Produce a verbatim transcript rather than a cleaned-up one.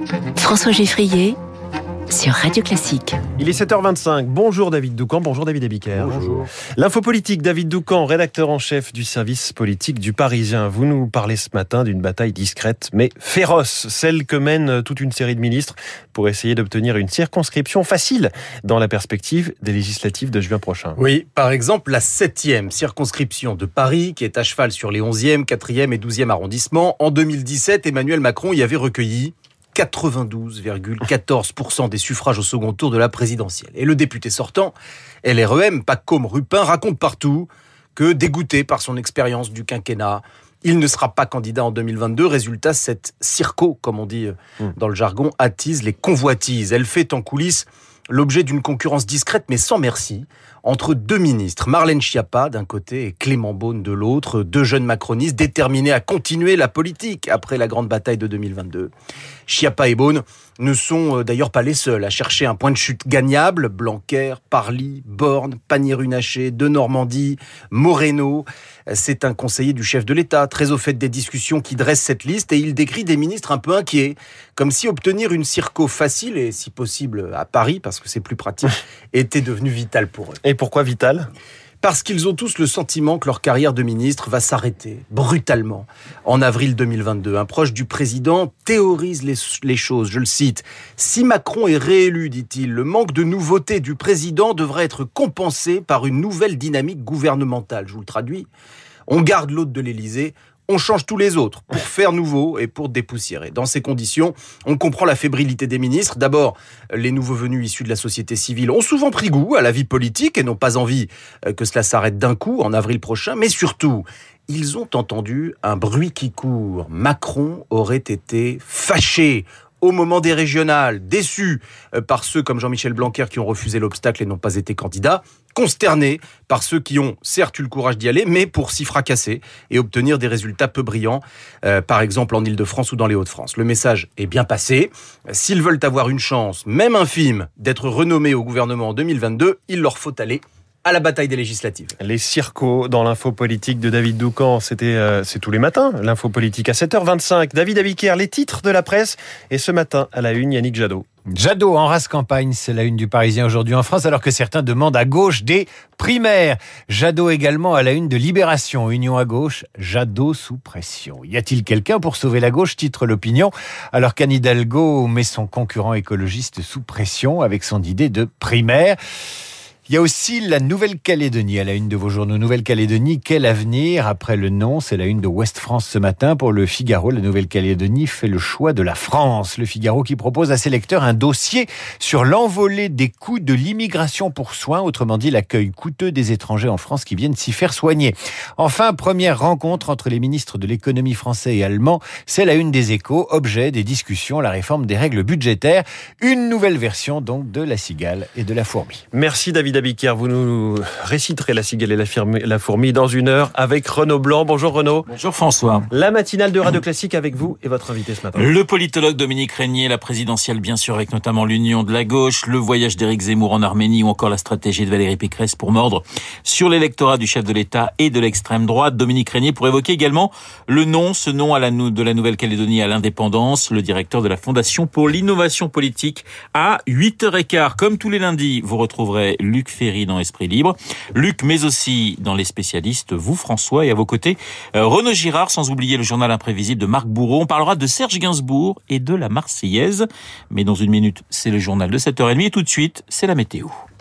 François Geffrier sur Radio Classique. Il est sept heures vingt-cinq. Bonjour David Doucan, bonjour David Abiker. Bonjour. L'info politique, David Doucan, rédacteur en chef du service politique du Parisien. Vous nous parlez ce matin d'une bataille discrète mais féroce, celle que mène toute une série de ministres pour essayer d'obtenir une circonscription facile dans la perspective des législatives de juin prochain. Oui, par exemple la septième circonscription de Paris qui est à cheval sur les onzième, quatrième et douzième arrondissements. En deux mille dix-sept, Emmanuel Macron y avait recueilli quatre-vingt-douze virgule quatorze pour cent des suffrages au second tour de la présidentielle. Et le député sortant, L R E M, Pacôme Rupin, raconte partout que, dégoûté par son expérience du quinquennat, il ne sera pas candidat en deux mille vingt-deux. Résultat, cette circo, comme on dit dans le jargon, attise les convoitises. Elle fait en coulisses l'objet d'une concurrence discrète mais sans merci entre deux ministres, Marlène Schiappa d'un côté et Clément Beaune de l'autre, deux jeunes macronistes déterminés à continuer la politique après la grande bataille de deux mille vingt-deux. Schiappa et Beaune ne sont d'ailleurs pas les seuls à chercher un point de chute gagnable. Blanquer, Parly, Borne, Pannier-Runacher, de Normandie, Moreno. C'est un conseiller du chef de l'État, très au fait des discussions qui dressent cette liste, et il décrit des ministres un peu inquiets, comme si obtenir une circo facile, et si possible à Paris, parce que c'est plus pratique, était devenu vital pour eux. Et pourquoi vital ? Parce qu'ils ont tous le sentiment que leur carrière de ministre va s'arrêter brutalement en avril deux mille vingt-deux. Un proche du président théorise les, les choses, je le cite. « Si Macron est réélu, dit-il, le manque de nouveauté du président devrait être compensé par une nouvelle dynamique gouvernementale. » Je vous le traduis. On garde l'hôte de l'Élysée, on change tous les autres pour faire nouveau et pour dépoussiérer. Dans ces conditions, on comprend la fébrilité des ministres. D'abord, les nouveaux venus issus de la société civile ont souvent pris goût à la vie politique et n'ont pas envie que cela s'arrête d'un coup en avril prochain. Mais surtout, ils ont entendu un bruit qui court. Macron aurait été fâché au moment des régionales, déçu par ceux comme Jean-Michel Blanquer qui ont refusé l'obstacle et n'ont pas été candidats, consterné par ceux qui ont certes eu le courage d'y aller, mais pour s'y fracasser et obtenir des résultats peu brillants, euh, par exemple en Ile-de-France ou dans les Hauts-de-France. Le message est bien passé. S'ils veulent avoir une chance, même infime, d'être renommés au gouvernement en deux mille vingt-deux, il leur faut aller à la bataille des législatives. Les circos dans l'info politique de David Doucan, c'était, euh, c'est tous les matins, l'info politique à sept heures vingt-cinq. David Abiker, les titres de la presse, et ce matin, à la une, Yannick Jadot. Jadot en race campagne, c'est la une du Parisien aujourd'hui en France, alors que certains demandent à gauche des primaires. Jadot également à la une de Libération, Union à gauche, Jadot sous pression. Y a-t-il quelqu'un pour sauver la gauche, titre l'opinion, alors qu'Anne Hidalgo met son concurrent écologiste sous pression avec son idée de primaire. Il y a aussi la Nouvelle-Calédonie à la une de vos journaux. Nouvelle-Calédonie, quel avenir après le non ? C'est la une de Ouest France ce matin. Pour le Figaro, la Nouvelle-Calédonie fait le choix de la France. Le Figaro qui propose à ses lecteurs un dossier sur l'envolée des coûts de l'immigration pour soins, autrement dit l'accueil coûteux des étrangers en France qui viennent s'y faire soigner. Enfin, première rencontre entre les ministres de l'économie français et allemand. C'est la une des Échos, objet des discussions, la réforme des règles budgétaires. Une nouvelle version donc de la cigale et de la fourmi. Merci David Abiker, vous nous réciterez la cigale et la, firme, la fourmi dans une heure avec Renaud Blanc. Bonjour Renaud. Bonjour François. La matinale de Radio Classique avec vous et votre invité ce matin. Le politologue Dominique Régnier, la présidentielle bien sûr avec notamment l'union de la gauche, le voyage d'Éric Zemmour en Arménie ou encore la stratégie de Valérie Pécresse pour mordre sur l'électorat du chef de l'État et de l'extrême droite. Dominique Régnier pour évoquer également le non, ce non à la, de la Nouvelle-Calédonie à l'indépendance. Le directeur de la Fondation pour l'innovation politique à huit heures quinze. Comme tous les lundis, vous retrouverez Luc Ferry dans Esprit Libre. Luc, mais aussi dans Les Spécialistes, vous François, et à vos côtés, euh, Renaud Girard, sans oublier le journal imprévisible de Marc Bourreau. On parlera de Serge Gainsbourg et de la Marseillaise. Mais dans une minute, c'est le journal de sept heures trente et tout de suite, c'est la météo.